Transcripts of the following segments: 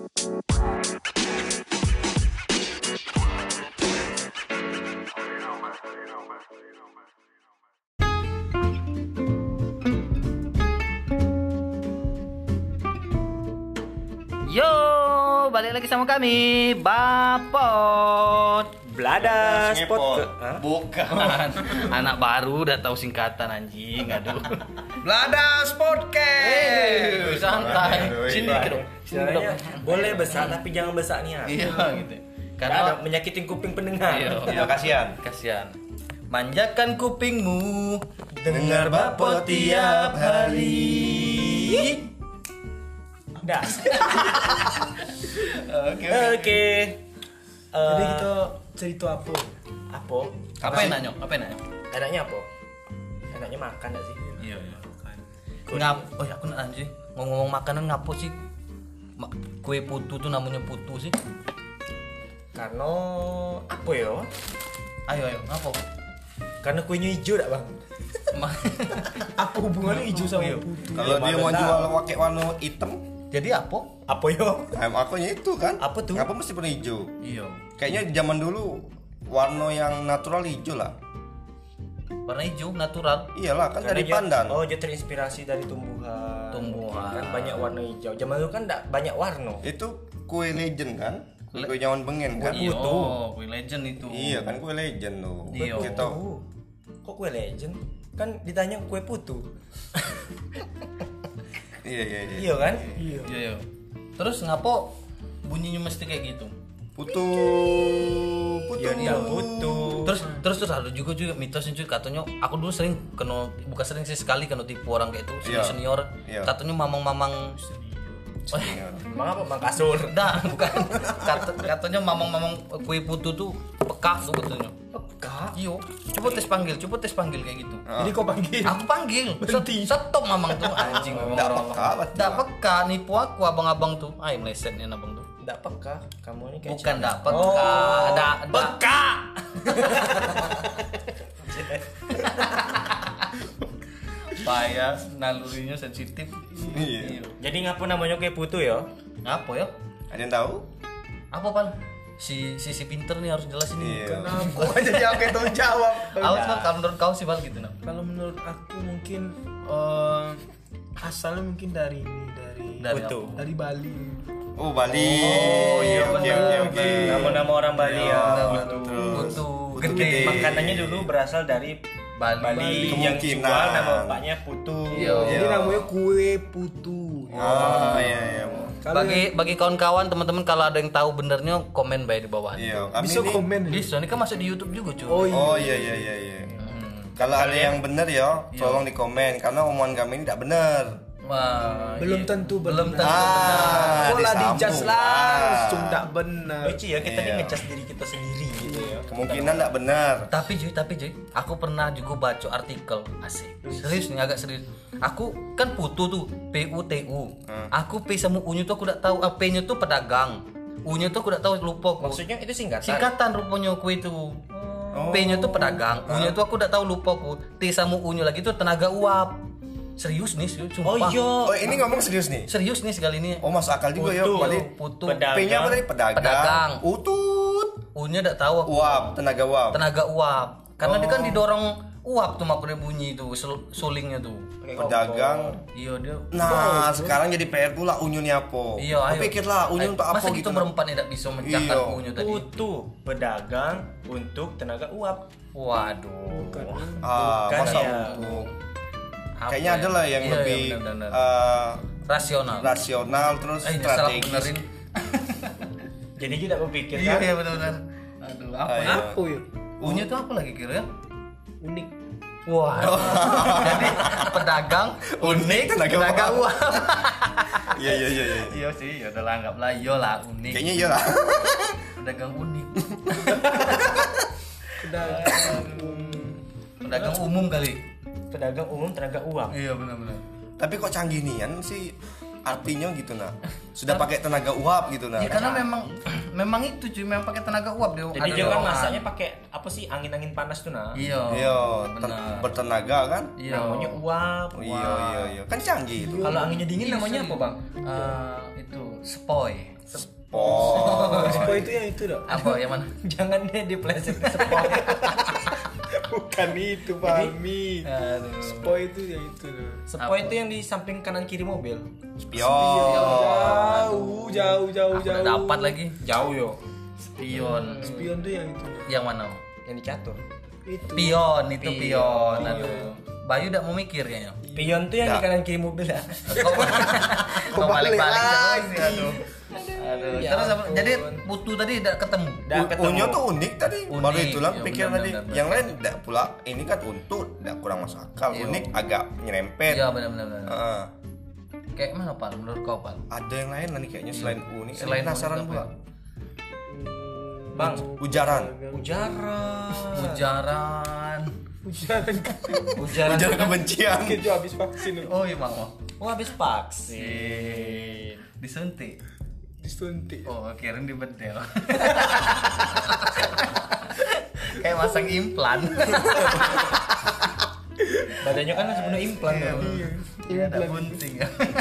Yo, balik lagi sama kami, Bapot Bladas Podcast. Bukan, anak baru udah tahu singkatan anjing, aduh. Bladas Podcast. Santai, sini dikit dong. Boleh besar tapi jangan besar niat. Iya gitu. Karena menyakitin kuping pendengar. Iya, kasihan. Manjakan kupingmu, Dengar Bapot tiap hari. Dah. Oke. Jadi kita cerita apa? Apa enaknya? Enaknya apa? Enaknya makan gak sih? Iya. Oh ya aku nak anjing. Ngomong makanan ngapo sih? Kue putu tuh namanya putu sih. Karena apa ya? Ayo, ngapo? Karena kuenya hijau dak bang? Apa hubungannya hijau sama Iya. putih? Kalau dia mau jual pakai warna hitam, Jadi apa? Apa yo? akunya itu kan. Apa tuh? Apa mesti warna hijau? Iya. Kayaknya zaman dulu warna yang natural hijau lah. Warna hijau natural. Iyalah kan dari Karena pandan. Oh, dia terinspirasi dari tumbuhan. Tumbuhan. Kan banyak warna hijau. Zaman dulu kan banyak warna. Itu kue legend kan? Kue nyawan bengen kan? Iya, kue legend itu. Iya kan kue legend tuh. Iya. Kita Kok kue legend? Kan ditanya kue putu. iya. Iya kan? Iya. Terus ngapo bunyinya mesti kayak gitu? Putu. Iya, putu. Terus ada juga mitosnya juga katanya aku dulu sering bukan sering sih sekali kena tipu orang kayak itu Iya. senior. Iya. Katanya mamang Emang apa bang kasur? dah bukan katanya mamang kue putu tuh peka tuh katanya. Peka. Iyo, coba tes panggil kayak gitu. Jadi kau panggil. Aku panggil, stop mamang tuh anjing memang Nggak orang. peka, betul. Nggak peka, nipu aku abang-abang tuh. Ay melesetnya abang tuh. Nggak peka. Kamu ini kayak Bukan Cina. nggak peka, ada Peka. bias, nalurinya sensitif. Iya. Jadi ngapa namanya kue putu ya? Apa ya? Ada yang tahu? Apa pan? Si pinter nih harus jelasin nih. Iya. Kok jadi aku yang tahu jawab? Awas Bang, kalau menurut kau sih Bang gitu nah. Kalau menurut aku mungkin asalnya mungkin dari Dari Putu. apa? dari Bali. Oh Bali. Oh, iya, Oke. Nama-nama orang Bali ya. Putu Putu gede. gede. Makanannya dulu berasal dari Bali yang Kemungkinan. jual nama bapaknya Putu. Iya. Jadi namanya kue putu. Oh iya. Kalau Bagi kawan-kawan teman-teman kalau ada yang tahu benernya komen baik di bawah. Iya, kami bisa nih. komen. Bisa, ini kan masuk di YouTube juga cuy. Oh iya. Oh iya. Kalau ada yang benar ya, tolong di komen karena omongan kami ini tidak benar. Wah, Belum iya. tentu belum benar. tentu benar. Kok lah disambung. dijas langsung tak benar. Lucu ya kita nih Iya. ngecas diri kita sendiri gitu ya. Kemungkinan tidak benar. Tapi cuy, aku pernah juga baca artikel asik. Serius nih, agak serius. Aku kan putu tuh, PUTU. Aku P sama U-nya tuh aku udah tahu, P-nya tuh pedagang. U-nya tuh aku udah tahu lupa aku. Maksudnya itu singkatan. Singkatan rupanya kue itu. P-nya tuh pedagang, U-nya tuh aku udah tahu lupa aku. T sama U-nya lagi tuh tenaga uap. Serius nih, sumpah. Oh iya. Oh ini ngomong serius nih. Serius nih sekali ini. Oh masuk akal juga ya. Putu. Bali. Putu. P-nya apa tadi? Pedagang. Pedagang. Utut. U-nya udah tahu aku. Uap, tenaga uap. Tenaga uap. Karena dia kan didorong uap tuh makanya bunyi itu sulingnya tuh. Pedagang. Iya dia. Nah, sekarang jadi PR pula unyu nih apa? Iya, ayo. Pikirlah unyu untuk apa Masa gitu. kita berempat tidak bisa mencakar Iya. unyu tadi. Putu pedagang untuk tenaga uap. Waduh. Ah, Bukan masa ya. untuk Apa kayaknya ya? ada lah yang Iya, lebih iya, benar-benar. Rasional terus Ini salah strategis. benerin. Jadi kita berpikir Iya, kan. iya benar-benar. Aduh, apa ya? Apa ya? Unyu tuh apa lagi kira ya? Unik. Wah. Jadi pedagang unik tenaga uap. Iya. Iya sih, ya udah lah anggaplah iya lah unik. Kayaknya iya lah. Pedagang unik. Pedagang Pedagang umum kali. Pedagang umum tenaga uap. Iya benar-benar. Tapi kok canggih nian sih artinya gitu nah. Sudah pakai tenaga uap gitu nah. Ya karena memang itu cuy, memang pakai tenaga uap dia. Jadi ada dia kan dorongan. masaknya pakai apa sih angin-angin panas tuh nah. Iya. Iya, benar. bertenaga kan? Iya. Namanya uap. Oh, iya. Kan canggih itu. Kalau anginnya dingin namanya apa bang? Itu sepoi. Sport. Spoi itu yang itu dah. Apa yang mana? Jangan deh dipleset spoi. Bukan itu, Fahmi. Aduh. Spoi itu yang itu dah. Spoi itu yang di samping kanan kiri mobil. Spion. Jauh. Aku udah dapat lagi. Jauh yo. Spion. Spion tuh yang itu. Yang mana? Yang dicatur. Itu. Pion itu pion. Aduh. Bayu udah mau mikir kayaknya. Pion tuh yang di kanan kiri mobil ya. Kau balik lagi. Aduh. Aduh. Ya Terus apa? ampun. Jadi putu tadi tidak ketemu. Unyu tuh unik tadi. Unik, Baru itulah iya, pikir benar, tadi. benar. Yang lain tidak pula. Ini kan untuk tidak kurang masuk akal. Iya. Unik agak nyerempet. Iya benar. Heeh. Kayak mana Pal? Menurut kau Pal? Ada yang lain nanti kayaknya selain unik. Selain penasaran unik apa pula. ya? Bang, Ujaran. ujaran. Ujaran. Ujaran. Ujaran. Ujaran kebencian. Itu habis vaksin. Oh iya mau. Oh, habis vaksin. Disuntik. Disuntik. Oh kirain di bedel. Kayak masang implan. Badannya kan sepenuh implan Iya. dong. Iya ada bunting.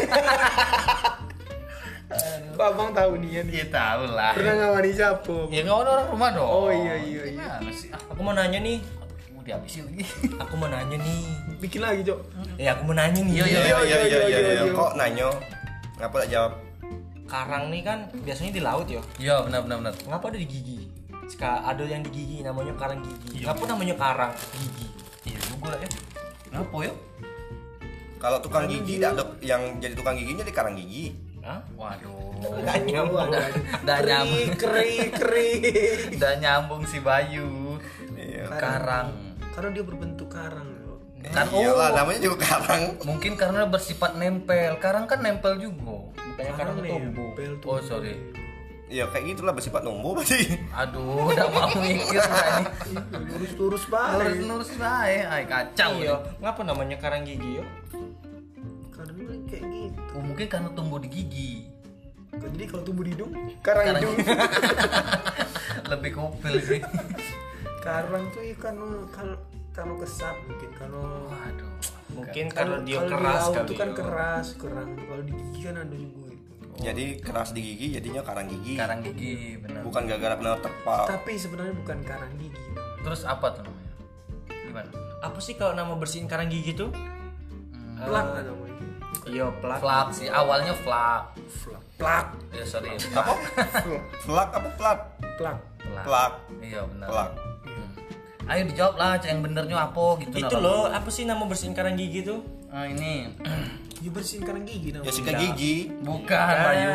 Kok abang tahu nih ya nih? Iya tahu lah. Pernah ngawani siapa? Ya ngawan orang rumah dong. Oh iya. Gimana sih? Ah, Aku mau nanya nih. mau dihabisin lagi. Aku mau nanya nih. Bikin lagi, Cok. Ya aku mau nanya nih. Iya, Iya. Kok nanyo? Ngapa tak jawab? Karang nih kan biasanya di laut ya. Iya benar. Ngapa ada di gigi? Ada yang di gigi namanya karang gigi. Ngapa namanya karang gigi? Iya juga lah ya. Ngapa ya? Kalau tukang gigi tidak ada yang jadi tukang giginya di karang gigi. Hah? Waduh. Nggak nyambung. Udah nyambung. Keri. Udah nyambung si Bayu. Iya. Karang. Karena dia berbentuk karang. Cok. Kan Iyalah namanya juga karang. mungkin karena bersifat nempel. Karang kan nempel juga. Bukannya karang tuh tumbuh. nempel tuh. Oh sorry. Ya kayak gitulah bersifat numbuh berarti. Aduh, udah mau mikir tadi. Lurus-lurus banget. Lurus baik. Ay kacau. Iya. nih. Ngapa namanya karang gigi yo? Karena kayak gitu. Oh, mungkin karena tumbuh di gigi. Jadi kalau tumbuh di hidung, karang Karang hidung. Lebih kopil sih. Karang tuh ikan kalau kesat mungkin kalau Waduh. Mungkin karena dia kalau di keras laut kali. tuh kan yo. keras, kerang. Kalau di gigi kan ada juga gitu. Jadi keras di gigi jadinya karang gigi. Karang gigi benar. Bukan gara-gara kena terpak. Tapi sebenarnya bukan karang gigi. Terus apa tuh namanya? Gimana? Apa sih kalau nama bersihin karang gigi tuh? Plak namanya. Iya, plak. Flak sih. Awalnya flak. Plak. Ya sorry. Apa? Flak apa plat? Plak. Plak. Iya benar. Plak. Ayo dijawab lah, yang benernya apa gitu. Itu loh, apa sih nama bersihin karang gigi tuh? Ah ini. Dia bersihin karang gigi namanya. Ya sikat gigi. Bukan Bayu.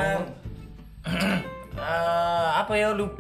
Apa ya lupa.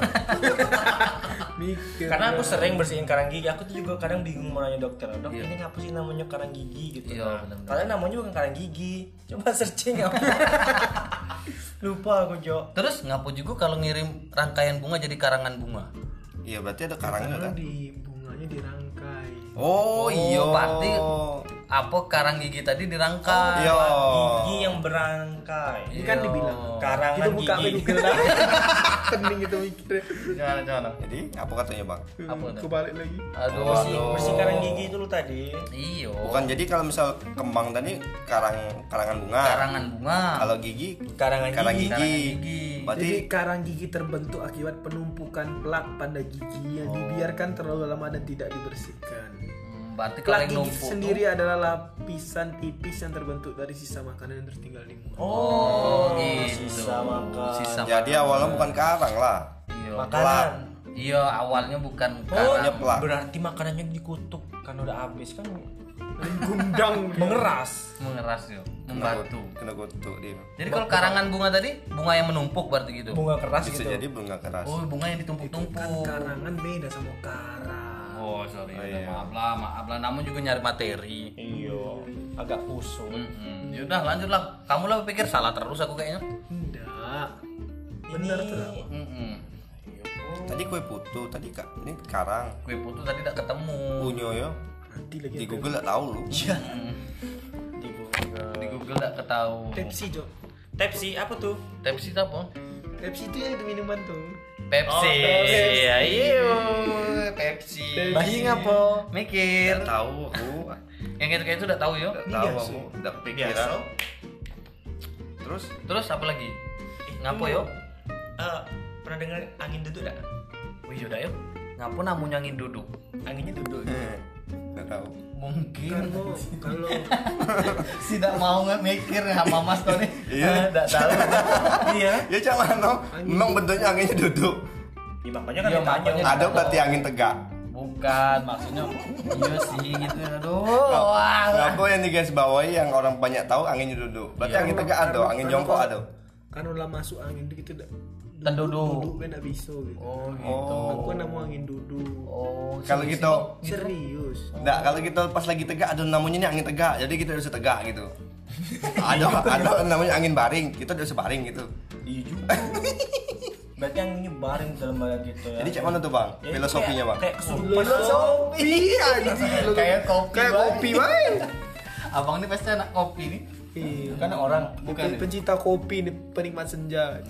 Mikir. Karena aku sering bersihin karang gigi, aku tuh juga kadang bingung mau nanya dokter. Dok, Iya. ini ngapa sih namanya karang gigi gitu? Iya, Nah, benar-benar. Kalian namanya bukan karang gigi. Coba searching apa? Lupa aku, Jo. Terus ngapa juga kalau ngirim rangkaian bunga jadi karangan bunga? Iya berarti ada karangnya Karena kan? di bunganya dirangkai. Oh iya. berarti apa karang gigi tadi dirangkai? Iya. Gigi yang berangkai. Ini kan Iya. dibilang. Karangan Kita buka gigi. Google dah. Pening itu mikirnya. Gimana? Jadi apa katanya bang? Apa tuh? Kebalik lagi. Aduh. Bersih karang gigi itu lu tadi. Iyo. Bukan jadi kalau misal kembang tadi karangan bunga. Karangan bunga. Kalau gigi Karangan karang gigi. Karangan gigi. gigi. Berarti Jadi karang gigi terbentuk akibat penumpukan plak pada gigi yang dibiarkan terlalu lama dan tidak dibersihkan. Berarti kalau Plak yang gigi numpuk sendiri adalah lapisan tipis yang terbentuk dari sisa makanan yang tertinggal di mulut. Oh, gitu. Sisa makan. Sisa jadi awalnya bukan karang lah. Iya. Makanan. Iya, awalnya bukan Oh, Karangnya plak. berarti makanannya dikutuk karena udah habis kan Gundang. mengeras. mengeras yo, membatu. Kena kutuk dia. Jadi kalau karangan bunga tadi bunga yang menumpuk berarti gitu. Bunga keras Bisa gitu. jadi bunga keras. Oh, bunga yang Kan ditumpuk-tumpuk. karangan beda sama karang. Oh, sorry. Oh, iya. Maaf lah. Namun juga nyari materi. Iya, agak kusut. Ya udah, lanjutlah. Kamu lah pikir salah terus aku kayaknya. Enggak. Ini Benar tuh. Mm-mm. Tadi kue putu, tadi kak ini karang. Kue putu tadi tidak ketemu. Unyu ya. Nanti lagi Di ada Google tak tahu lu. Di Google. Di Google tidak ketahu. Pepsi, Jo. Pepsi apa tuh? Pepsi itu apa? Pepsi itu yang itu minuman tuh. Pepsi. Oh, Pepsi. Ayo, Pepsi. Bayi ngapa? Mikir. Tahu aku. Yang kayak itu udah tahu yo. Tahu aku. Udah kepikiran. Biasa. Terus Terus apa lagi? Ngapo yo? Pernah dengar angin duduk enggak? Wih yaudah yo. Ngapo namanya angin duduk? Anginnya duduk. Nggak tahu. Mungkin Kalau tidak mau mikir sama Mas Tony. Iya. Enggak tahu. Iya. Ya cak mano, memang bentuknya anginnya duduk. Ya, makanya kan Iya, ditanya. makanya. Ada berarti angin tegak. Bukan, maksudnya iya sih gitu. Aduh. Wah. Ngapo yang di garis bawahi yang orang banyak tahu anginnya duduk. Berarti angin tegak ada, angin jongkok ada. kan udah masuk angin itu kita Terduduk. duduk kan nggak bisa gitu. Oh gitu. Aku nama angin duduk. Oh. Kalau gitu, Serius. enggak, kalau kita pas lagi tegak ada namanya nih angin tegak. Jadi kita harus tegak gitu. ada namanya angin baring, kita harus baring gitu. Iya juga. Berarti anginnya baring dalam bahasa gitu ya. Jadi cak mana tuh bang? Ya, itu Filosofinya bang? Kayak kesurupan. Filosofi anjing. Kayak kopi. Kayak Bang. kopi bae. Abang ini pasti anak kopi nih. Iya. Karena orang Bukan. Pencinta kopi nih, penikmat senja.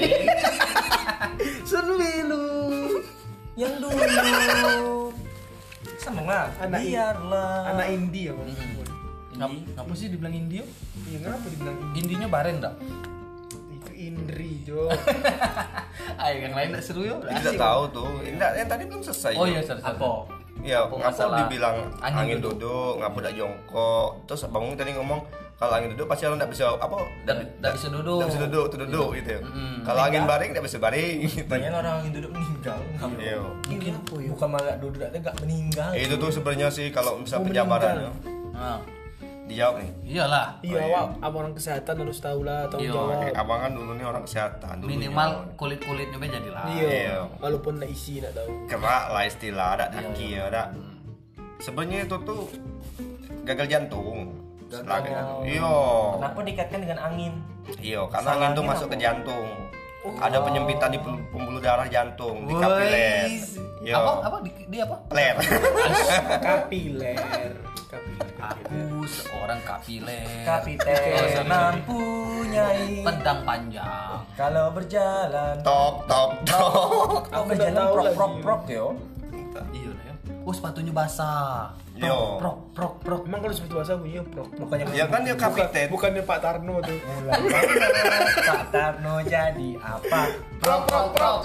Seru lu. yang dulu. Seneng lah. Anak- Biarlah. Anak indie ya bang. Ngapa sih dibilang Indio? Iya kenapa dibilang indie? Indinya baren dak? Itu Indri Jo. Ayo yang lain enggak seru yo. Tidak tahu tuh. Enggak, yang tadi belum selesai. Oh Jo. iya, sorry. Apa? Ya, Apa ngapa masalah dibilang angin angin duduk? duduk, ngapa udah jongkok. Terus abang tadi ngomong kalau angin duduk pasti orang enggak bisa apa? Nggak bisa duduk. Nggak bisa duduk, duduk gitu ya. Kalau angin baring enggak bisa baring gitu. Banyak orang yang duduk meninggal. Iya. Mungkin bukan malah duduk aja nggak meninggal. Itu tuh sebenarnya sih kalau misal Mau penjabarannya Nah, dijawab nih. iyalah. Iya awak apa orang kesehatan harus tahu lah tanggung Iya, jawab. Abang kan dulu nih orang kesehatan dulu. Minimal kulit-kulitnya be jadilah. Iya. Iya. Walaupun nggak isi nggak tahu. kerak lah istilah ada daki ya ada. Sebenarnya itu tuh gagal jantung. Setelah gagal. Iya. Kenapa dikaitkan dengan angin? Iya, karena Masalah angin tuh angin masuk apa? ke jantung. Ada penyempitan di pembuluh darah jantung, di Woi. kapiler. Iya. Apa di apa? Kapiler. Kapiler. Aku seorang kapiler. Kapiten mempunyai Pedang panjang. kalau berjalan. Top top top. Aku udah berjalan tahu prok lagi. prok prok yo. Iya ya. Oh sepatunya basah. Yo. Prok. Emang kalau seperti bahasa bunyinya prok. Bukannya Ya kan dia kapiten. Bukannya Pak Tarno tuh. mulai Pak Tarno jadi apa? Prok.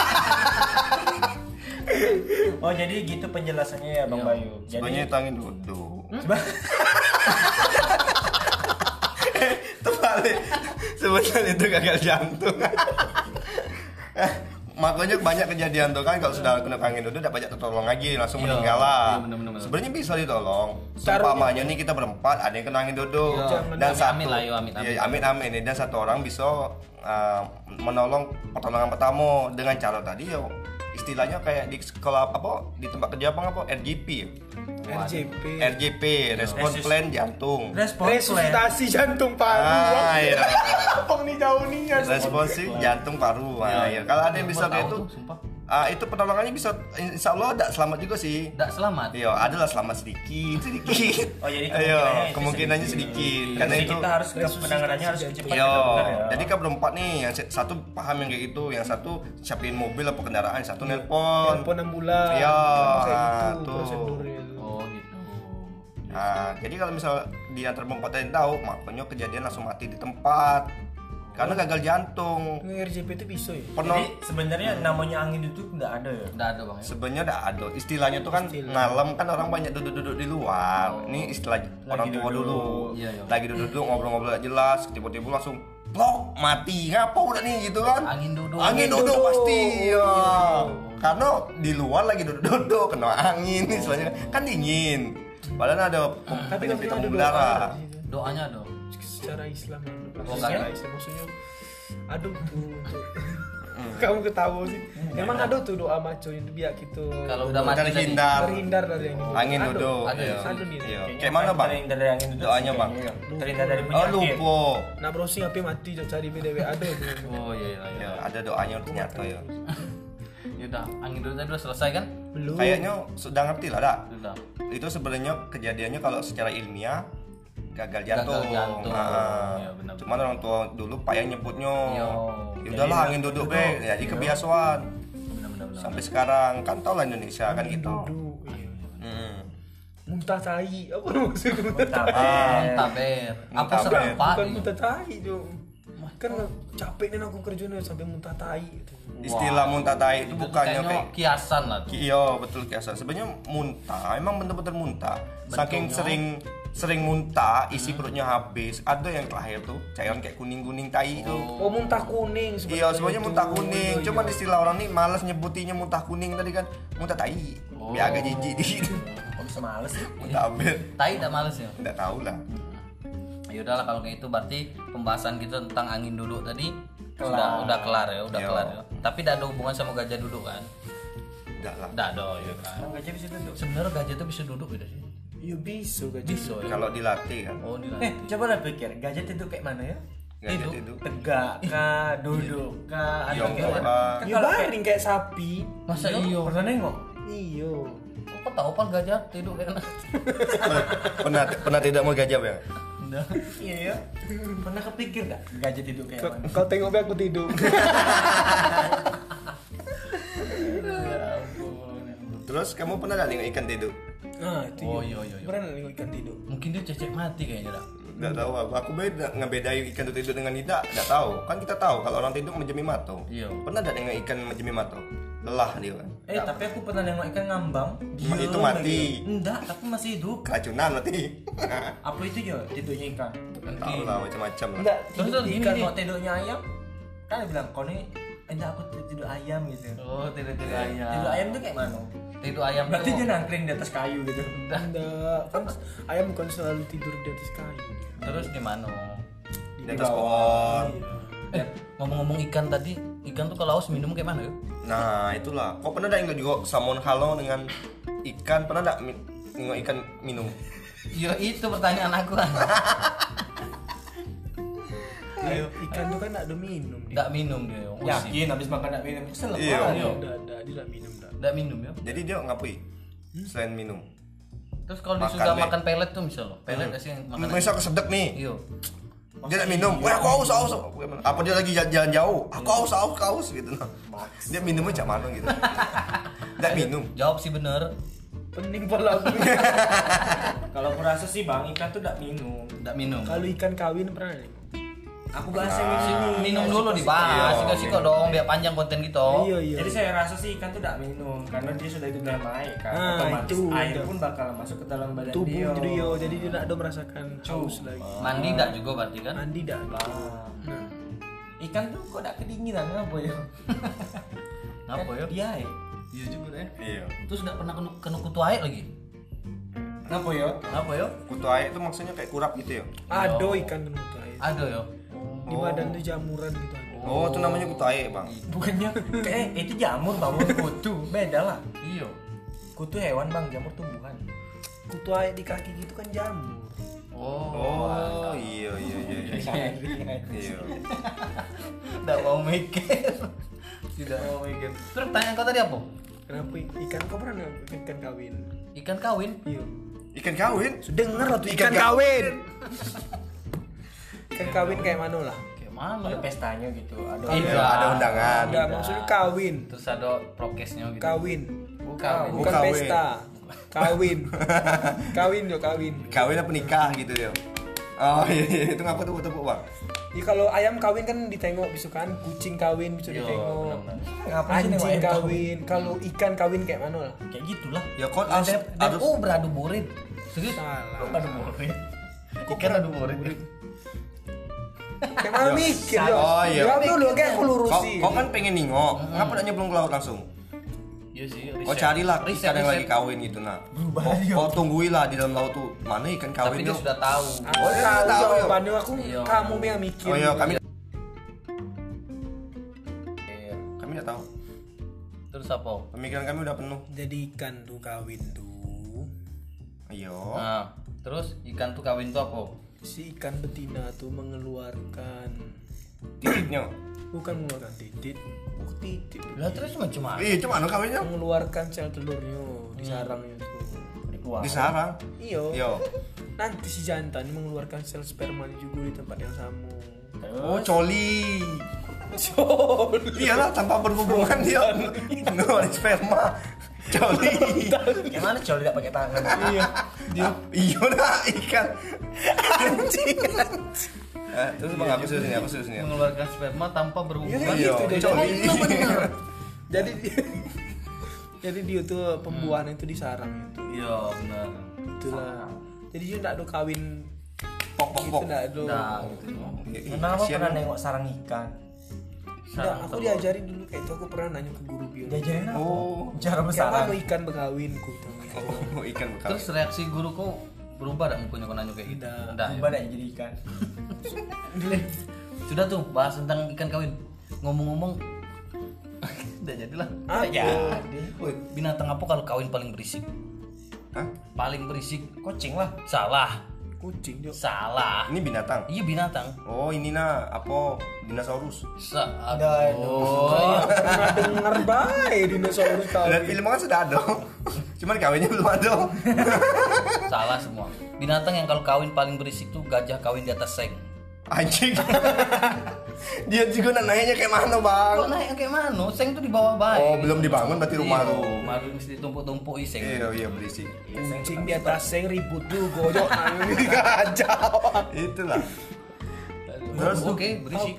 Oh jadi gitu penjelasannya ya Bang Iya. Bayu. Sebenarnya Jadi itu angin duduk. Terbalik. Sebenarnya itu gagal jantung. Makanya banyak kejadian tuh kan kalau sudah kena angin duduk tidak banyak tertolong lagi langsung Iya. meninggal lah. Iya, bener. Sebenarnya bisa ditolong. Caranya- Seumpamanya nih kita berempat ada yang kena angin duduk Iya. dan Amit-amit satu lah, yo, amit-amit. Iya, amit-amit nih dan satu orang bisa menolong pertolongan pertama dengan cara tadi yo istilahnya kayak di sekolah apa di tempat kerja apa RJP ya? RJP. RJP respon plan jantung. respon Resusitasi jantung paru. Ah, iya. Abang nih jauh nih ya. Responsif jantung paru. Nah, ya. Kalau ada yang bisa kayak itu, Sumpah. itu pertolongannya bisa insya Allah tidak selamat juga sih. Enggak selamat. Iya, adalah selamat sedikit. Oh jadi Ayo, itu kemungkinannya sedikit. Karena Jadi itu kita harus ke penanganannya harus cepat Yo, benar ya. jadi kan berempat nih, yang satu paham yang kayak gitu, yang satu siapin mobil apa kendaraan, yang satu nelpon. Telepon ambulan. Iya, Kayak gitu tuh. prosedurnya. Oh gitu. Nah, jadi kalau misal di antara berempat yang tahu, makanya kejadian langsung mati di tempat. Karena gagal jantung. RJP itu bisa ya. Pernah Jadi sebenarnya namanya angin itu nggak ada ya. Enggak ada Bang ya. sebenarnya ada istilahnya tuh kan ngalem kan orang banyak duduk-duduk di luar. Ini istilah orang tua duduk. dulu. Iya, iya. Lagi duduk-duduk ngobrol-ngobrol gak jelas, tiba-tiba langsung plok mati. Ngapa udah nih gitu kan? Angin duduk. Angin duduk pasti. Ya. Karena di luar lagi duduk-duduk kena angin istilahnya kan dingin. Padahal ada Tapi kan penyempitan ada pembuluh darah. Doanya dong. Secara Islam ya. Oh, Secara kan? Islam maksudnya aduh tuh untuk kamu ketawa sih. Emang ada tuh doa maco yang biar kita Kalau udah mati tadi. Terhindar terhindar dari yang ini. angin Ada. duduk. ada. Iya. Ada nih. Iya. Kayak mana bang? Terhindar dari angin itu. Doanya, Bang. Terhindar dari Oh penyakit. lupa. Nah browsing HP mati jauh cari BDW ada tuh. Oh iya iya. Ya, ada doanya ternyata ya. Ya udah, angin duduk tadi udah selesai kan? Belum. Kayaknya sudah ngerti lah, dak. Sudah. Itu sebenarnya kejadiannya kalau secara ilmiah gagal jantung. Gagal jantung. Nah, Ya, benar. cuman orang tua dulu payah nyebutnya. Yo. Ya udahlah angin duduk be, jadi kebiasaan. Benar. Sampai sekarang kan tau lah Indonesia kan gitu. Duduk. Iya. Hmm. Muntah tai. Apa maksudnya? Tapi Taber. Apa Taber. serempak? Bukan ini? muntah tai dong. Kan capek nih aku kerjanya sampai muntah tai gitu. Istilah muntah tai itu bukannya kayaknya kayak kiasan lah tuh. iya betul kiasan. Sebenarnya muntah, emang bener-bener muntah. Saking sering muntah, isi perutnya habis. Ada yang terakhir tuh cairan kayak kuning-kuning tai itu. Oh, muntah kuning Iya, sebenarnya itu. muntah kuning. Iya, Cuman iya. istilah orang nih malas nyebutinya muntah kuning tadi kan. Muntah tai. Biar agak jijik dikit. Kok bisa males sih? Muntah abet. Tai tak males ya. Enggak tahu lah. Ya udahlah kalau kayak itu berarti pembahasan kita tentang angin duduk tadi Kelar. udah kelar ya, udah Yo. kelar ya. Tapi tidak ada hubungan sama gajah duduk kan? Enggak lah. Tidak ada ya kan. Emang gajah bisa duduk. Sebenarnya gajah tuh bisa duduk beda sih. Iya bisa gajah. Bisa ya. Kalau dilatih kan. Oh, di Coba lah pikir, gajah tidur kayak mana ya? Gajah Tidur. itu. Tegak kah, duduk kah, atau Yong, kayak mana? Pak. Kan Ya kalau kayak baring kayak sapi. Masa Iya, iyo? pernah nengok? Iya. Kok tahu pak gajah tidur kayak mana? Pernah tidak mau gajah ya? Enggak. Iya ya. Pernah kepikir nggak gajah tidur kayak mana? Kau tengok be aku tidur. Terus kamu pernah nggak nengok ikan tidur? Nah, itu. Oh, iya, iya, iya. Pernah nengok ikan tidur. Mungkin dia cecek mati kayaknya dah. Nggak tahu aku beda ngebedain ikan itu tidur dengan tidak tahu. Kan kita tahu kalau orang tidur menjemi mata. Iya. Pernah nggak nengok ikan menjemi mata? Lelah dia kan. Tapi aku pernah nengok ikan ngambang. Itu mati. Enggak, tapi masih hidup. Keracunan nanti. Apa itu ya tidurnya ikan? Tahu lah macam-macam lah. Enggak, Terus tidur gini ikan nih. Kalau tidurnya ayam, kan dia bilang, kau nih enggak aku tidur ayam gitu. Oh, tidur ayam. Tidur ayam tuh kayak mana? Tidur ayam Berarti tuh. dia nangkring di atas kayu gitu. Enggak, kan ayam bukan selalu tidur di atas kayu. Terus di mana? Di atas pohon. Ngomong-ngomong ikan tadi, ikan tuh kalau haus minum kayak mana ya? Nah itulah. Kok pernah nggak nengok juga salmon halo dengan ikan? Pernah nggak nengok ikan minum? Ya itu pertanyaan aku kan. Ayo, ikan tuh kan enggak ada minum dia. Enggak minum dia. Musim. Yakin habis makan enggak minum kesel Iya. apa? Iya. Enggak, dia enggak minum dah. Enggak minum ya. Jadi dia ngapain? Selain minum. Terus kalau dia Makan sudah deh. makan pelet tuh misal loh. Pelet kasih makan. Misal kesedek nih. Iya. Dia nggak minum. Wah aku haus. Apa dia lagi jalan jauh? Aku haus gitu. Dia minumnya cak mana gitu. Nggak minum. Jawab sih bener. Pening pala aku. Kalau aku rasa sih bang ikan tuh enggak minum. Enggak minum. Kalau ikan kawin pernah nih? Aku bahas yang ini. Minum dulu dibahas. Iya. Sika dong biar panjang konten kita. Iya, iya. Jadi saya rasa sih ikan tuh enggak minum karena dia sudah hidup dalam air kan. Ah, Otomatis itu air udah. pun bakal masuk ke dalam badan Tubuh dia. dia, jadi dia enggak ada merasakan haus lagi. Mandi enggak juga berarti kan? Mandi dah. Ah. Nah, Ikan tuh kok enggak kedinginan apa ya? Ngapa ya? Dia ya. Iya juga deh. Iya. Terus enggak pernah kena kutu air lagi. Ngapa ya? Apa ya? Kutu air itu maksudnya kayak kurap gitu ya? ada ikan kena air. Ada ya. Di badan tuh jamuran gitu. Oh itu namanya kutu air bang. Bukannya kayak itu jamur bangun kutu. Beda lah. Iya. Kutu hewan bang, jamur tumbuhan. Kutu air di kaki gitu kan jamur. Oh iya. Iya. Enggak mau mikir. Tidak mau mikir. Terus pertanyaan kau tadi apa? Kenapa ikan kau pernah nggak ikan kawin? Ikan kawin? Iya. Ikan kawin? Dengar lah tuh Ikan ikan kawin. Ikan kawin kayak mana lah? Kayak mana Ada ya? pestanya gitu. Ada Iya. Ada undangan. Enggak, maksudnya kawin. Terus ada prokesnya gitu. Kawin. Kawin. Bukan kawin. pesta. Kawin. Kawin yo kawin. Kawin apa nikah gitu ya? Oh iya itu ngapa tuh tepuk bang? Ya kalau ayam kawin kan ditengok bisa kan, kucing kawin bisa Iya, ditengok. benar-benar. Ngapain sih nengok Anjing ayam kawin. Kalau ikan kawin kayak mana lah? Kayak gitulah. Ya kok harus Oh beradu burit. Serius? Salah. Beradu burit. Ikan adu burit. Kayak mana mikir yo? Oh, iya. Jawab dulu kayak aku Kau lurusin. kan pengen nengok, ngapa nggak nyemplung ke laut langsung? Iya sih. Kau carilah ikan yang lagi kawin gitu nah. Kau tungguilah di dalam laut tuh mana ikan Tapi kawin dia tuh. sudah tahu. Aku Oh, iya, tahu tahu, yo. jawabannya aku Iya. kamu yang mikir. Oh iya kami Iya. kami nggak tahu. Terus apa? Pemikiran kami udah penuh. Jadi ikan tuh kawin tuh. Ayo. Nah, terus ikan tuh kawin tuh apa? Si ikan betina tuh mengeluarkan Titiknya. bukan mengeluarkan titik. Titik. Lah terus macam mana? Ih, cuma kawinnya Mengeluarkan sel telurnya di sarangnya tuh. Dikeluar. di sarang. Iyo. Yo. Nanti si jantan mengeluarkan sel sperma juga di tempat yang sama. Oh, coli. Iyalah tanpa berhubungan dia ngeluarin sperma. Coli. Gimana coli tidak pakai tangan? Iya. Iya dah ikan. Anjing. Terus bang aku serius nih. Mengeluarkan sperma tanpa berhubungan. Iya, gitu, Iya. Dok. Benar. Jadi jadi dia tuh pembuahan itu di sarang itu. Iya, benar. Itulah. Jadi dia enggak ada kawin Pok. gitu enggak ada. Nah, gitu. Kenapa Kasian pernah lu. nengok sarang ikan? Enggak, aku diajarin dulu kayak itu, aku pernah nanya ke guru biologi. Diajarin apa? Oh, Cara Kayak bersarang. mana ikan berkawin ku tahu. oh ikan bekal. Terus reaksi guruku berubah tak mukanya kau nanya kayak gitu? Nggak. Nggak, ya? Coba deh jadi ikan. Sudah tuh bahas tentang ikan kawin. Ngomong-ngomong udah jadilah. Apa? Woi, binatang apa kalau kawin paling berisik? Hah? Paling berisik. Kucing lah. Salah. Kucing, Jok. Salah. Ini binatang. Iya binatang. Oh ini apa dinosaurus. Oh. Pernah denger bae dinosaurus Dan kawin. film kan sudah ada. Cuman kawinnya belum ada. Salah semua. Binatang yang kalau kawin paling berisik tuh gajah kawin di atas seng. Anjing. Dia juga nak naiknya kayak mana bang? Kok naik kayak mana? Seng tuh di bawah baik. Oh belum dibangun berarti rumah Iya, tuh. Mari mesti ditumpuk-tumpuk seng. Iya berisik. Kucing di atas seng ribut tuh gojok nangis. Kacau. Itulah. Terus oke, berisik.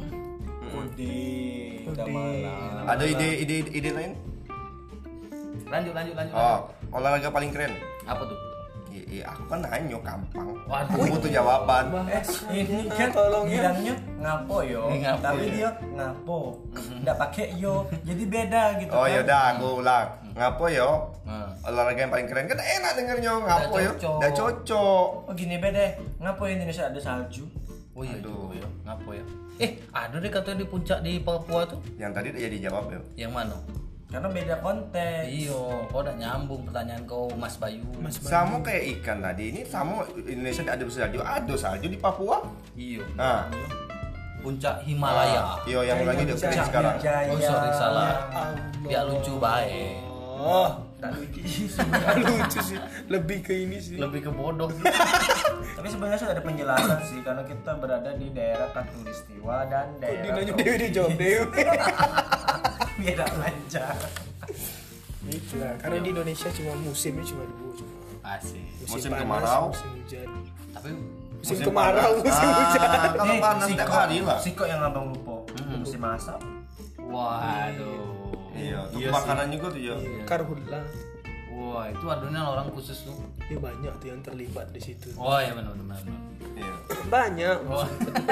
Udah malam. Ada ide lain? Lanjut. Oh olahraga paling keren. Apa tuh? Iya aku kan nanya gampang. Waduh. Aku butuh jawaban. Ini kan Tolong ya. bilangnya ngapo yo, Ngapo, tapi ya. dia ngapo, nggak pakai yo, jadi beda gitu Oh kan. yaudah aku ulang. Ngapo yo? Nah. Olahraga yang paling keren kan enak dengernya ngapo yo. cocok. Udah cocok. Oh gini beda, ngapo Indonesia ada salju? Oh iya Aduh. juga ya. Ngapo ya? Ada deh katanya di puncak di Papua tuh. Yang tadi udah jadi jawab yo. Yang mana? Karena beda konteks. Iyo, kau udah nyambung pertanyaan kau Mas Bayu. Sama kayak ikan tadi ini sama Indonesia ada salju. Ada salju di Papua. Iyo. Nah, Puncak Himalaya. Yo yang lagi udah keren sekarang. Jaya. Oh sorry salah. Allah. Biar lucu baik. Oh, tak lucu sih. Tak lucu sih. Lebih ke ini sih. Lebih ke bodoh. Tapi sebenarnya sudah ada penjelasan sih, karena kita berada di daerah Katulistiwa dan Kok daerah. dinanya Dewi dijawab Dewi. Beda lancar. Itulah, karena di Indonesia cuma musimnya cuma dua. Asik. Musim panas, kemarau. musim hujan. Tapi Musim kemarau, musim hujan. Kalau panas tiap hari lah. Siko yang abang lupa. Musim masak. waduh. Iya, untuk makanan juga tuh ya. Karhutlah. Wah, itu adonan orang khusus tuh. Ya banyak tuh yang terlibat di situ. Oh iya benar. Iya. Banyak. Oh.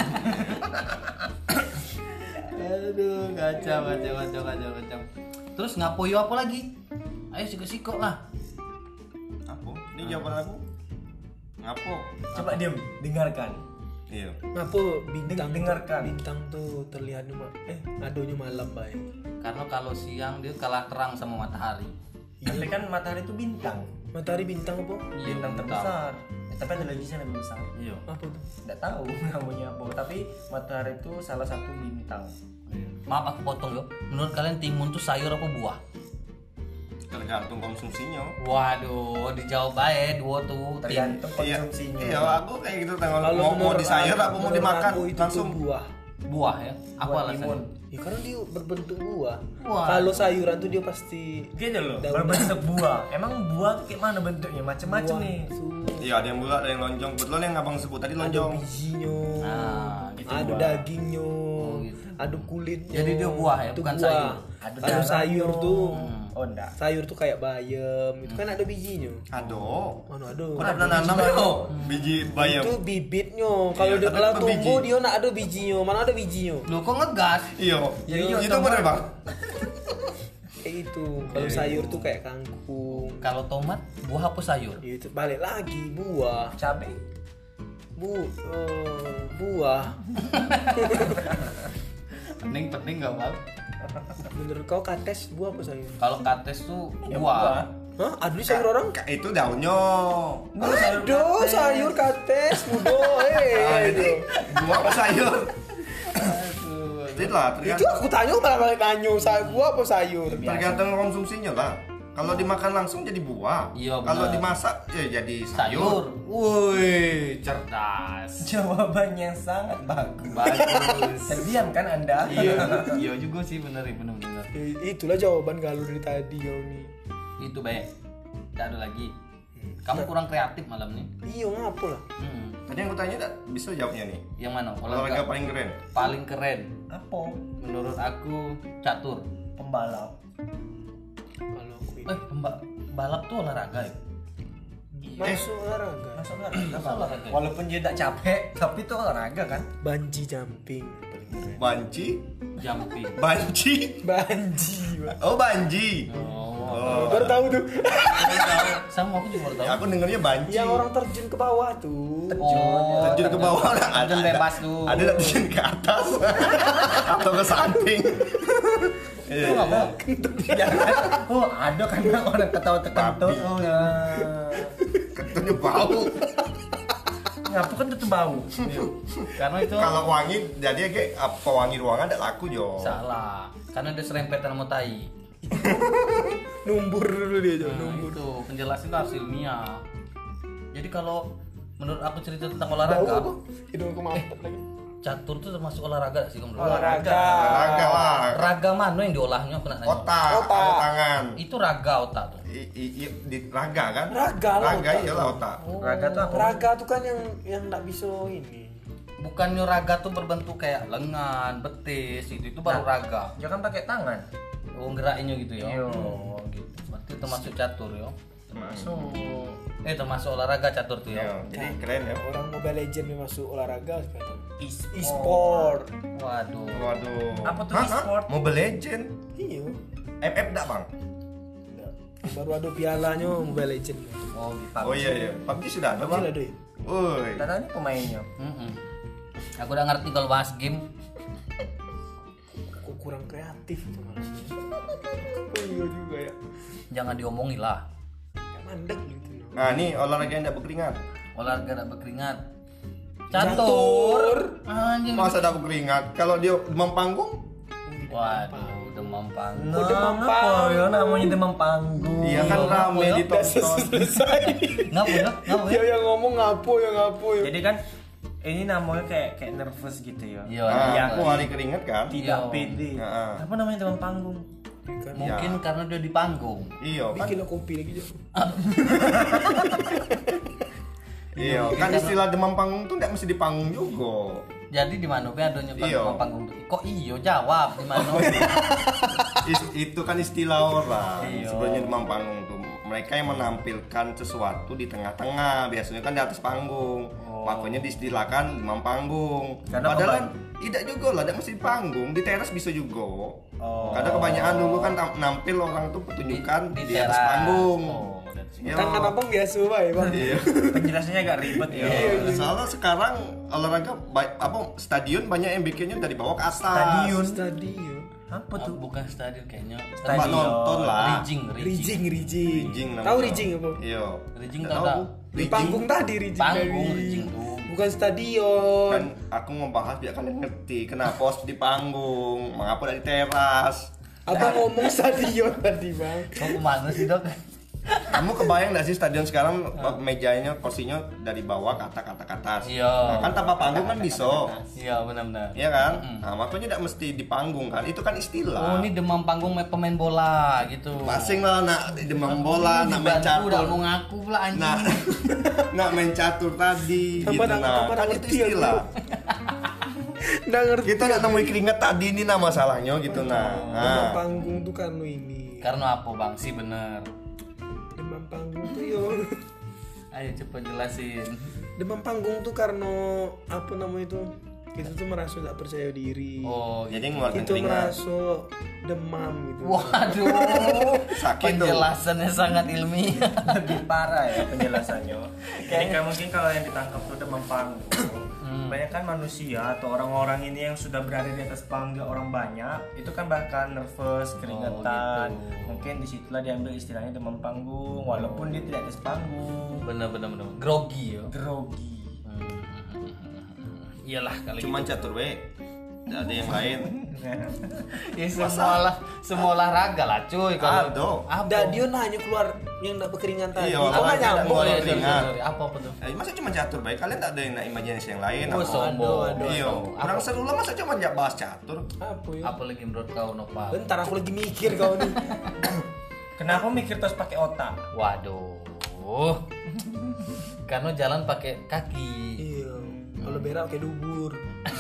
Aduh, kacau. Terus ngapoyo apa lagi? Ayo sikok lah. Apa? Ini jawaban aku. Ngapo? Coba diam, dengarkan. Iya. Ngapa bintang Dengarkan. bintang tuh terlihat adonya malam baik. Karena kalau siang dia kalah terang sama matahari. Tapi kan matahari itu bintang. Matahari bintang apa? Bintang terbesar. Tapi ada lagi yang lebih besar. Iya. Apa tuh? Nggak tahu namanya apa. Tapi matahari itu salah satu bintang. Maaf aku potong yo. Menurut kalian timun tuh sayur apa buah? Tergantung konsumsinya. Waduh, dijawab aja dua tuh. Tergantung Iya. konsumsinya. Iya, aku kayak gitu tengok Kalau mau menurut di sayur aku- apa mau menurut dimakan aku itu langsung. tuh buah. Buah ya. Apa Buah alasannya? timun. Ya karena dia berbentuk buah. Wah. Kalau sayuran tuh dia pasti Gini loh, Daun. berbentuk buah. Emang buah tuh kayak mana bentuknya? Macam-macam buah nih. tuh Iya, ada yang bulat, ada yang lonjong. Kebetulan yang abang sebut tadi ada lonjong. bijinya, Nah, gitu. ada buah. dagingnya, gitu. ada kulitnya. Jadi dia buah ya, Itu bukan buah. sayur. Ada Kalau sayur dalamnya. tuh, Oh enggak. sayur tuh kayak bayam, itu kan ada bijinya. Aduh. Mana ada? Kau udah pernah nanam yo? Biji bayam. Itu bibitnya. Kalau Iya, dia tapi kalau itu biji. tumbuh dia nak ada bijinya. Mana ada bijinya? Lu kok ngegas? Iya. Iya, Itu bener, Bang. Kayak itu. Kalau sayur tuh kayak kangkung. Kalau tomat, buah apa sayur? Ya, itu balik lagi buah. Cabai. Buah. Pening enggak mal? Menurut kau kates buah apa sayur? Kalau kates tuh Ya, buah. Hah? Aduh sayur orang? Itu daunnya. Aduh sayur kates mudo. Jadi buah apa sayur? Itulah, Itu aku tanya malah balik tanya buah apa sayur? tergantung konsumsinya lah. Kalau dimakan langsung jadi buah. Iya, Kalau benar. dimasak ya jadi Sayur. sayur. Woi, cerdas. Jawabannya sangat bagus. Bagus. Terdiam kan Anda? Iya juga sih bener. Itulah jawaban kalau dari tadi kau nih. Itu baik. Tidak ada lagi. Kamu kurang kreatif malam nih. Iya ngapo lah. Tadi yang aku tanya tak bisa jawabnya nih. Yang mana? Olahraga paling keren. Paling keren. Apa? Menurut aku catur. Pembalap. Kalau aku ini Balap tuh olahraga ya? masuk olahraga. Masa olahraga? Masa olahraga? Walaupun dia tak capek, tapi itu olahraga kan? Banji jumping paling keren. Banci. Jumping. Banci. Banji. Oh, banji. Oh. Baru tahu tuh. Sama aku juga baru tahu. Aku dengernya banci. Yang orang terjun ke bawah tuh. Oh, terjun ke bawah lah. terjun bebas tuh. Ada yang terjun ke atas atau ke samping. Itu nggak mau. Oh, ada kan orang ketawa terkentut. Babi. Oh ya. Ketutnya bau. Ngapa kan tetep bau? Karena itu Kalau wangi jadi kayak apa wangi ruangan tidak laku jo. salah. Karena ada serempetan sama tai. Numbur dulu dia aja, Nah, numbur. itu penjelasan itu harus ilmiah. Jadi kalau menurut aku cerita tentang Bau olahraga, apa? Hidung aku mampet lagi. catur tuh termasuk olahraga sih kamu? Olahraga. Olahraga lah. Raga mana yang diolahnya aku nak nanya. Otak, Otak. ada tangan. Itu raga otak tuh. Di raga kan? Raga lah Raga otak. iyalah otak. Raga tuh apa? Raga tuh kan yang nggak bisa ini. Bukannya raga tuh berbentuk kayak lengan, betis, itu baru raga. Dia kan pakai tangan. Oh, gerakinnya gitu ya. Iya. Oh, gitu. Berarti termasuk catur ya. Termasuk. Termasuk olahraga catur tuh Iya, ya. jadi keren ya. Orang Mobile Legends yang masuk olahraga sekarang. E-sport. E-sport. Waduh. Waduh. Apa tuh Hah? e-sport? Mobile Legend. Iya. FF enggak, Bang? Nggak. Baru ada pialanya Mobile Legends. Oh, gitu. Oh iya iya. PUBG sudah ada, Bang. Masih ada ya? Woi. Tak tahu nih pemainnya. Aku udah ngerti kalau bahas game. Kok kurang kreatif itu malah. Oh iya juga ya. Jangan diomongin lah. Kayak mandek gitu. Nah, nih olahraga yang tidak berkeringat. Olahraga tak berkeringat. Catur. Anjing. Masa tidak berkeringat? Kalau dia demam panggung? Waduh, demam panggung. Oh, demam Ngapa panggung. ya namanya demam panggung? Iya kan rame ya? ditonton. Selesai. Ngapa ya? Ngapa ya? Dia yang ngomong ngapo ya. Jadi kan ini namanya kayak nervous gitu ya. Iya. Nah, iya. aku hari keringat kan? Tidak Iya. pede. Heeh. Apa namanya demam panggung? Mungkin karena dia di panggung. Iya kan? Bikin kopi lagi Jo. Iya, kan istilah demam panggung tuh tidak mesti di panggung juga. Jadi di mana be adanya kan Iya. demam panggung tuh? Kok iyo jawab di mana? Itu kan istilah orang. Iya. Sebenarnya demam panggung tuh mereka yang menampilkan sesuatu di tengah-tengah, biasanya kan di atas panggung. Makanya diistilahkan demam panggung. Karena Padahal kan tidak juga lah, tidak mesti di panggung, di teras bisa juga. Oh. Karena kebanyakan dulu kan nampil orang tuh pertunjukan di, atas teras. panggung. Oh, that's it. Iya. Kan abang biasa bae bang. Iya. Penjelasannya agak ribet ya. Soalnya sekarang olahraga stadion banyak yang bikinnya dari bawah ke atas. Stadion. Stadion. Apa tuh? Bukan stadion kayaknya. Tempat nonton lah. Rijing. Rijing. Rijing namanya. Tahu rijing apa? Iya. Rijing Nggak tahu tahu. tak? Di panggung tadi rijing. Panggung tadi. rijing tuh. Bukan stadion. Kan aku ngebahas biar kalian ngerti kenapa harus di panggung, mengapa dari teras. Abang ngomong stadion tadi bang. Kamu kemana sih dok? Kamu kebayang nggak sih stadion sekarang mejanya kursinya dari bawah ke atas Iya. Nah, kan tanpa panggung kan bisa. Iya benar-benar. Iya kan? Nah, makanya tidak mesti di panggung kan. Itu kan Oh istilah. ini demam panggung pemain bola gitu. Masing lah nak demam bola, nak main Dibantu, udah catur. mau ngaku pula anjing. Nah, nak main catur tadi gitu Tambah nah. Kan itu ngerti istilah. Nggak ngerti. Kita nak nemuin keringat tadi ini nah masalahnya gitu nah. Demam Nah. panggung tuh kan lo ini. Karena apa bang sih bener? Demam panggung tuh yo. Ayo coba jelasin. Demam panggung tuh karena apa namanya itu? Kita tuh merasa nggak percaya diri. Oh Jadi ngeluarin Itu keringat. merasa demam gitu. waduh. Sakit tuh. Penjelasannya sangat ilmiah. Lebih parah ya penjelasannya. Jadi kan mungkin kalau yang ditangkap itu demam panggung. Banyak kan manusia atau orang-orang ini yang sudah berada di atas panggung orang banyak itu kan bakal nervous, keringetan. gitu. Mungkin disitulah diambil istilahnya demam panggung walaupun dia tidak di atas panggung. Bener. Grogi ya. Grogi. Iyalah kali. Cuman catur we. Tidak ada yang lain. Ya semua olahraga lah cuy kalau. Ada. Nggak, dia nanya keluar yang nggak berkeringat tadi. Iya, Kok nggak olahraga nyambung? nggak Boleh, keringat. sorry. Apa tuh? Masa cuma catur baik? Kalian tak ada yang nak imajinasi yang lain? Oh, apa? sombong. aduh. Iya. Apa? Kurang seru lah masa cuma bahas catur. Apa ya? Apa lagi menurut kau Nopal? Bentar aku lagi mikir kau nih. Kenapa mikir terus pakai otak? Waduh. Waduh. Karena jalan pakai kaki. Iya. Kalau berak kayak dubur.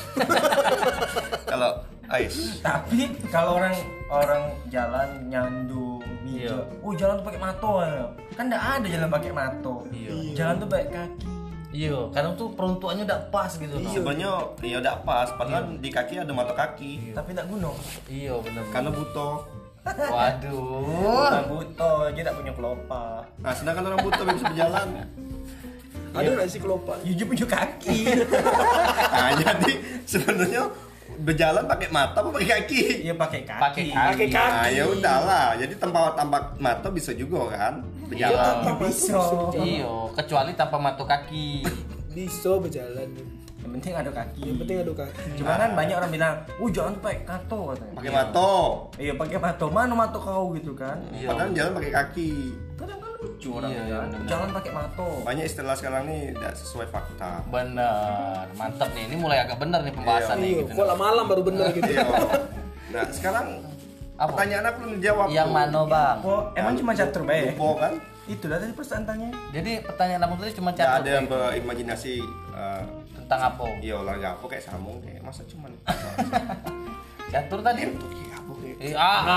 Kalau Ais, Tapi kalau orang jalan nyandung, Iya. oh jalan tuh pakai mato ya. Kan enggak ada jalan pakai mato. Iya. Jalan tuh pakai kaki. Iya, kadang tuh peruntukannya udah pas gitu. No. sebenarnya ya udah pas, padahal di kaki ada mata kaki. Tapi enggak guna. Iya benar. Karena butuh. Waduh. Bukan buto, dia tak punya kelopak. Nah, sedangkan orang butuh bisa berjalan. Ada nggak sih kelopak? Yuju punya kaki. Nah, jadi sebenarnya berjalan pakai mata apa pakai kaki? Iya pakai kaki. Pakai kaki. Nah, ya udahlah. Jadi tanpa mata bisa juga kan berjalan. Iya. Bisa. Iya, kecuali tanpa matu kaki. Bisa berjalan. Yang penting ada kaki. Yang penting ada kaki. Cuma kan banyak orang bilang, jangan tuh pakai kato katanya. Pakai mato. Iya pakai mato, mana mato kau gitu kan? Iya. Padahal jalan pakai kaki. Kadang kan lucu orang Iya, bilang, benar. jangan pakai mato. Banyak istilah sekarang nih tidak sesuai fakta. Bener, mantap nih. Ini mulai agak bener nih pembahasan nih. Iya, Gitu. kok malam baru bener gitu. Iya. Nah, sekarang Apa? pertanyaan aku belum dijawab. Yang tuh. mana bang? Oh, emang cuma catur bae. Lupa kan? Itu dah tadi pertanyaan. Jadi pertanyaan abang tadi cuma Tidak catur ada yang berimajinasi tentang apa? iya olahraga apa kayak sambung kayak masa cuman Catur tadi? kayak apa kayak.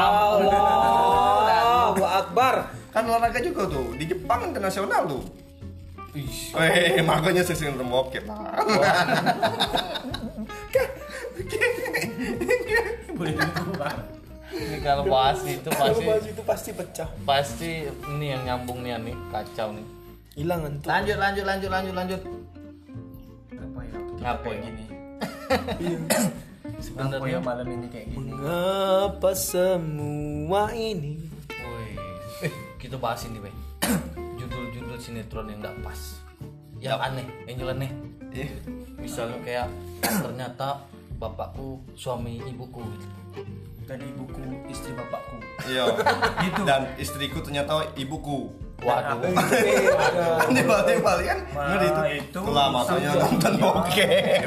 Allahu Akbar. Kan olahraga juga tuh di Jepang internasional tuh. Ih, Makanya sering nonton bokep lah. Boleh tunggu bang. ini kalau bahas itu Kalau pasti baju itu pasti pecah. pasti ini yang nyambung nih kacau nih. Hilang antum. Lanjut. Apa ya? Apa Kayak ya? gini. Iya. Apa Sebenarnya ya malam ini kayak gini? Mengapa semua ini? woi, kita bahas ini, Bang. Judul-judul sinetron yang enggak pas. Yang aneh, yang nyeleneh. Misalnya kayak ternyata bapakku suami ibuku gitu. Tadi buku istri bapakku. Iya. Gitu. Dan istriku ternyata ibuku. Waduh. Tiba-tiba kan Wah, ngeri tuh. itu Itulah makanya sama. nonton bokep.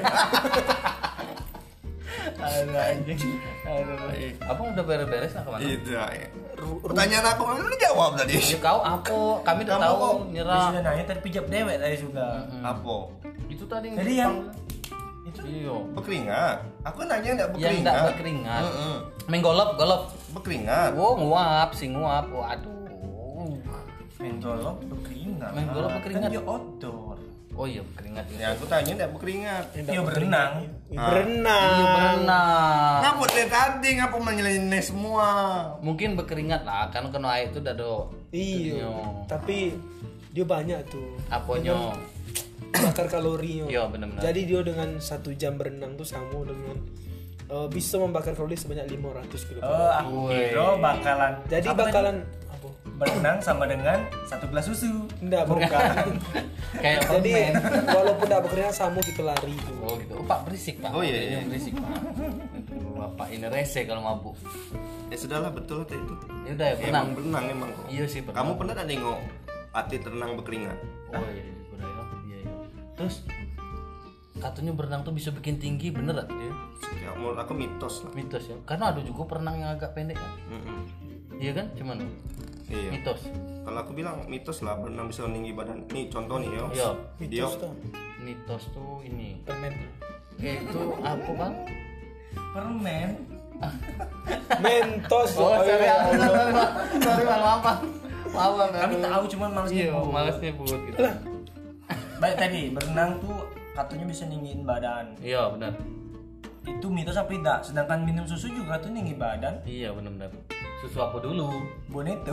Aduh anjing. Aduh. Abang udah beres-beres lah kemana? Itu ya. Pertanyaan aku belum dijawab tadi. Ya kau apa? Kami udah Kamu tahu kok Dia nyerah. sudah nanya tadi pijat dewek tadi sudah. Apa? Itu tadi yang Jadi Jepang. yang itu Iya. Berkeringat. Aku nanya enggak Yang berkeringat. enggak berkeringat. Heeh. Main golop. Berkeringat. Wow, nguap, nguap. Waduh. main golok berkeringat. Main golok berkeringat. Kan dia outdoor. Oh iya, berkeringat itu. Ya aku tanya enggak berkeringat. Dia berenang. Berenang. Iya, berenang. Ngapa dari tadi ngapa menyelesaikan semua? Mungkin berkeringat lah, kan kena air itu udah do. Iya. Tapi dia banyak tuh. Aponyo. Bakar kalorinya. Iya, benar-benar. Jadi dia dengan 1 jam berenang tuh sama dengan bisa membakar kalori sebanyak 500 kilo. Oh, aku Woi. kira bakalan. Jadi apa bakalan tadi? apa? Berenang sama dengan 1 gelas susu. Enggak, bukan. Kayak Jadi permen. walaupun enggak berenang sama kita lari tuh. Oh gitu. Oh, Pak berisik, Pak. Oh, iya, Ini iya. berisik, Pak. Aduh, Bapak ini rese kalau mabuk. Ya sudahlah betul tadi itu. Ya udah ya, berenang. Emang berenang emang kok. Iya sih, berenang. Kamu pernah tak nengok atlet renang berkeringat? Oh iya, udah ya. Iya, iya. Terus katanya berenang tuh bisa bikin tinggi, bener gak dia? Ya, menurut aku mitos lah. Mitos ya. Karena ada juga perenang yang agak pendek kan. Iya kan? Cuman Iya. mitos. Kalau aku bilang mitos lah berenang bisa meninggi badan. Nih contoh nih yo. Iya. Dia Mitos tuh. Mitos tuh ini. Permen. Kayak itu apa bang? Permen. Mentos. Oh, Ayo, sorry, ya sorry, Allah. bang. Sorry bang, maaf bang. Maaf bang. Kami aduh. tahu cuman males Iya, nyebut. males nyebut gitu. Baik tadi berenang tuh katanya bisa ninggiin badan. Iya benar. Itu mitos apa tidak? Sedangkan minum susu juga tuh ninggi badan. Iya benar-benar. Susu apa dulu? Boneto.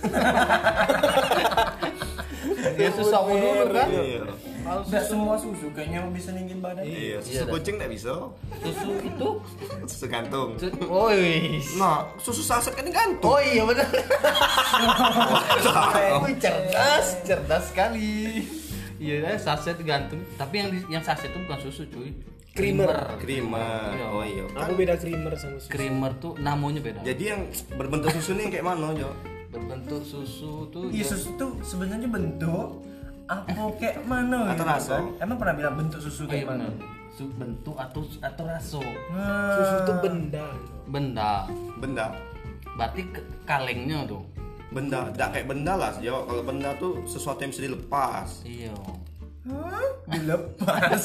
Ya susu apa dulu kan? Iya. Kalau Enggak semua susu kayaknya bisa ninggiin badan. Iya, Iya, susu dah. kucing enggak bisa. susu itu. Susu gantung. Oh iya. Nah, susu saset kan gantung. Oh iya benar. Wih, cerdas sekali. Iya, saset gantung. Tapi yang saset itu bukan susu, cuy. Creamer. Creamer. Iya. Oh iya. Aku beda creamer sama susu. Creamer tuh namanya beda. Jadi yang berbentuk susu nih kayak mana, Jo? Berbentuk susu tuh Iya susu tuh sebenarnya bentuk apa kayak mana Atau gitu rasa? kan? Emang pernah bilang bentuk susu iya kayak mana? benar. Bentuk atau raso. Nah, Susu tuh benda. Benda. Benda. Berarti kalengnya tuh. Benda, tidak kayak benda lah sejauh. Kalau benda tuh sesuatu yang bisa dilepas. Iya. Dilepas.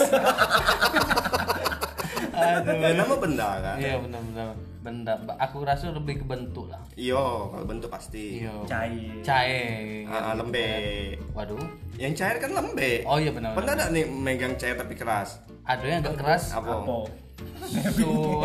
Benda mah benda kan? Iya benar-benar benda. Aku rasa lebih ke bentuk lah. Iya, kalau bentuk pasti. Iya. Cair. Lembek. Waduh. Yang cair kan lembek. Oh iya benar. Pernah ada nih megang cair tapi keras? Ada yang agak keras. Apa? Susu.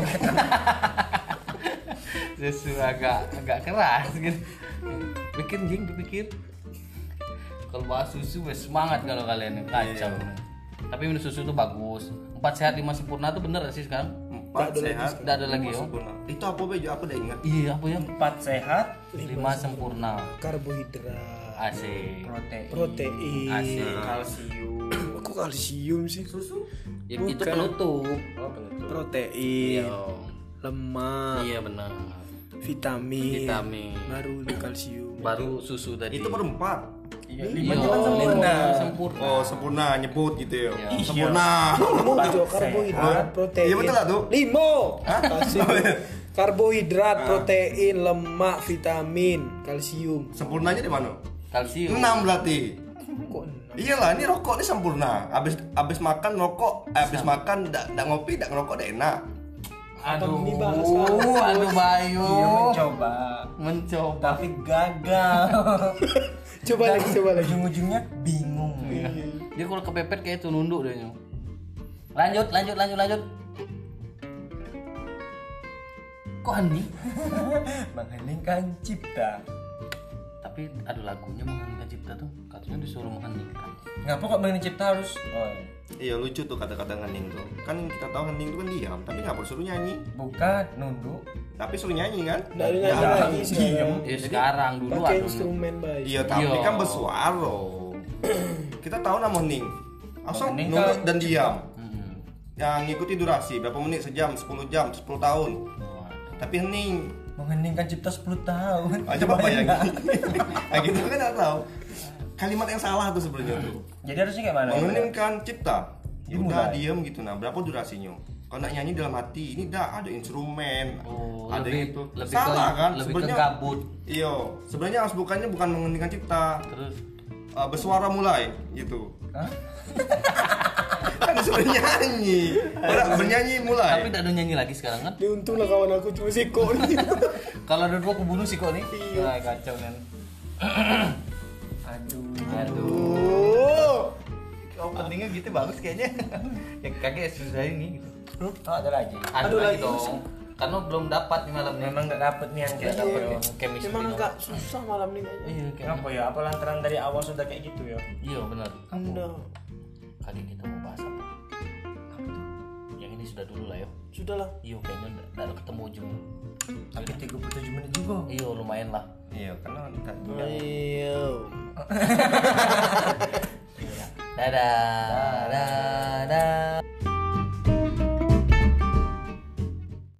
Susu agak keras gitu. Bikin jing dipikir. Kalau bahas susu wes semangat kalau kalian kacau. Tapi minum susu tuh bagus. 4 sehat 5 sempurna tuh bener gak sih sekarang? 4 sehat. Tidak ada lagi yo. Sempurna. Itu apa Bejo? Aku udah ingat. Iya apa ya? 4 sehat, 5 sempurna. Karbohidrat, Asik. protein. Asik. kalsium. Kok kalsium sih? Susu? Ya, itu Bukan. penutup. Oh, betul. Protein, Iya. lemak, Iya benar. vitamin. Vitamin. Baru kalsium. Baru susu tadi. Itu berempat. Iya, Iya, 5 kan sempurna. sempurna. Oh, sempurna nyebut gitu ya. Iya. Sempurna. Limo gitu, Sehat. karbohidrat, protein. Iya, betul lah tuh. Limo. Karbohidrat, protein, lemak, vitamin, kalsium. Sempurnanya di mana? Kalsium. 6 berarti. Kok Iyalah, ini rokok ini sempurna. Abis makan rokok, abis makan ndak ngopi, ndak ngerokok ndak enak. Aduh. Ini bahas Aduh Bayu. Iya mencoba. Mencoba. Tapi gagal. Coba lagi. Ujung-ujungnya bingung. Dia kalau kepepet kayak itu nunduk dia. Nyong. Lanjut. Kok hening? Mengheningkan cipta. Tapi ada lagunya mengheningkan cipta tuh. Katanya disuruh mengheningkan. Ngapa kok mengheningkan cipta harus? Oh, Iya lucu tuh kata-kata hening tuh. Kan kita tahu hening tuh kan diam, tapi nggak perlu suruh nyanyi. bukan nunduk. Tapi suruh nyanyi kan? Nggak ada nyanyi lagi sekarang. Ya sekarang dulu Pakai ada. instrumen baik. Iya, tapi Iya. kan bersuara. Kita tahu nama hening. Asal Hening nunduk kan- dan diam. Mm-mm. Yang ngikuti durasi berapa menit, sejam, 10 jam, 10 tahun. Waduh. Tapi hening. Mengheningkan cipta 10 tahun. Coba bayangin. Nah gitu kan nggak tahu. Kalimat yang salah tuh sebenarnya tuh. Jadi harusnya kayak mana? Mengheningkan cipta. Ya udah Dimulai. diam gitu. Nah, berapa durasinya? Kalau nak nyanyi dalam hati, ini dah ada instrumen. Oh, ada lebih itu. lebih Salah ke, kan? lebih ke Sebenarnya gabut. iya, sebenarnya harus bukannya bukan mengheningkan cipta. Terus Bersuara mulai gitu. Hah? Kan disuruh nyanyi. Orang bernyanyi mulai. tapi tidak ada nyanyi lagi sekarang kan? Ini untung lah kawan aku cuma seko. Kalau ada dua aku bunuh sih kok nih. Iya. Nah, kacau nen. Oh. Openingnya gitu bagus kayaknya. Ya kaget susah ini gitu. Oh, ada lagi. Ada Aduh, lagi lagi dong. Karena belum dapat nih malam nih. Memang nggak dapet nih yang kayak Nggak dapet gitu. yang chemistry. Memang agak susah malam ini kayaknya. Iya kayaknya. Kenapa ya? Apa lantaran dari awal sudah kayak gitu ya? Iya benar. Anda Kali kita mau bahas apa? Yang ini sudah dulu lah yo. sudahlah. Iya kayaknya udah ada ketemu ujung. Tapi 37 menit juga. Iya lumayan lah. Iya, karena tadi Ayo. Dadah.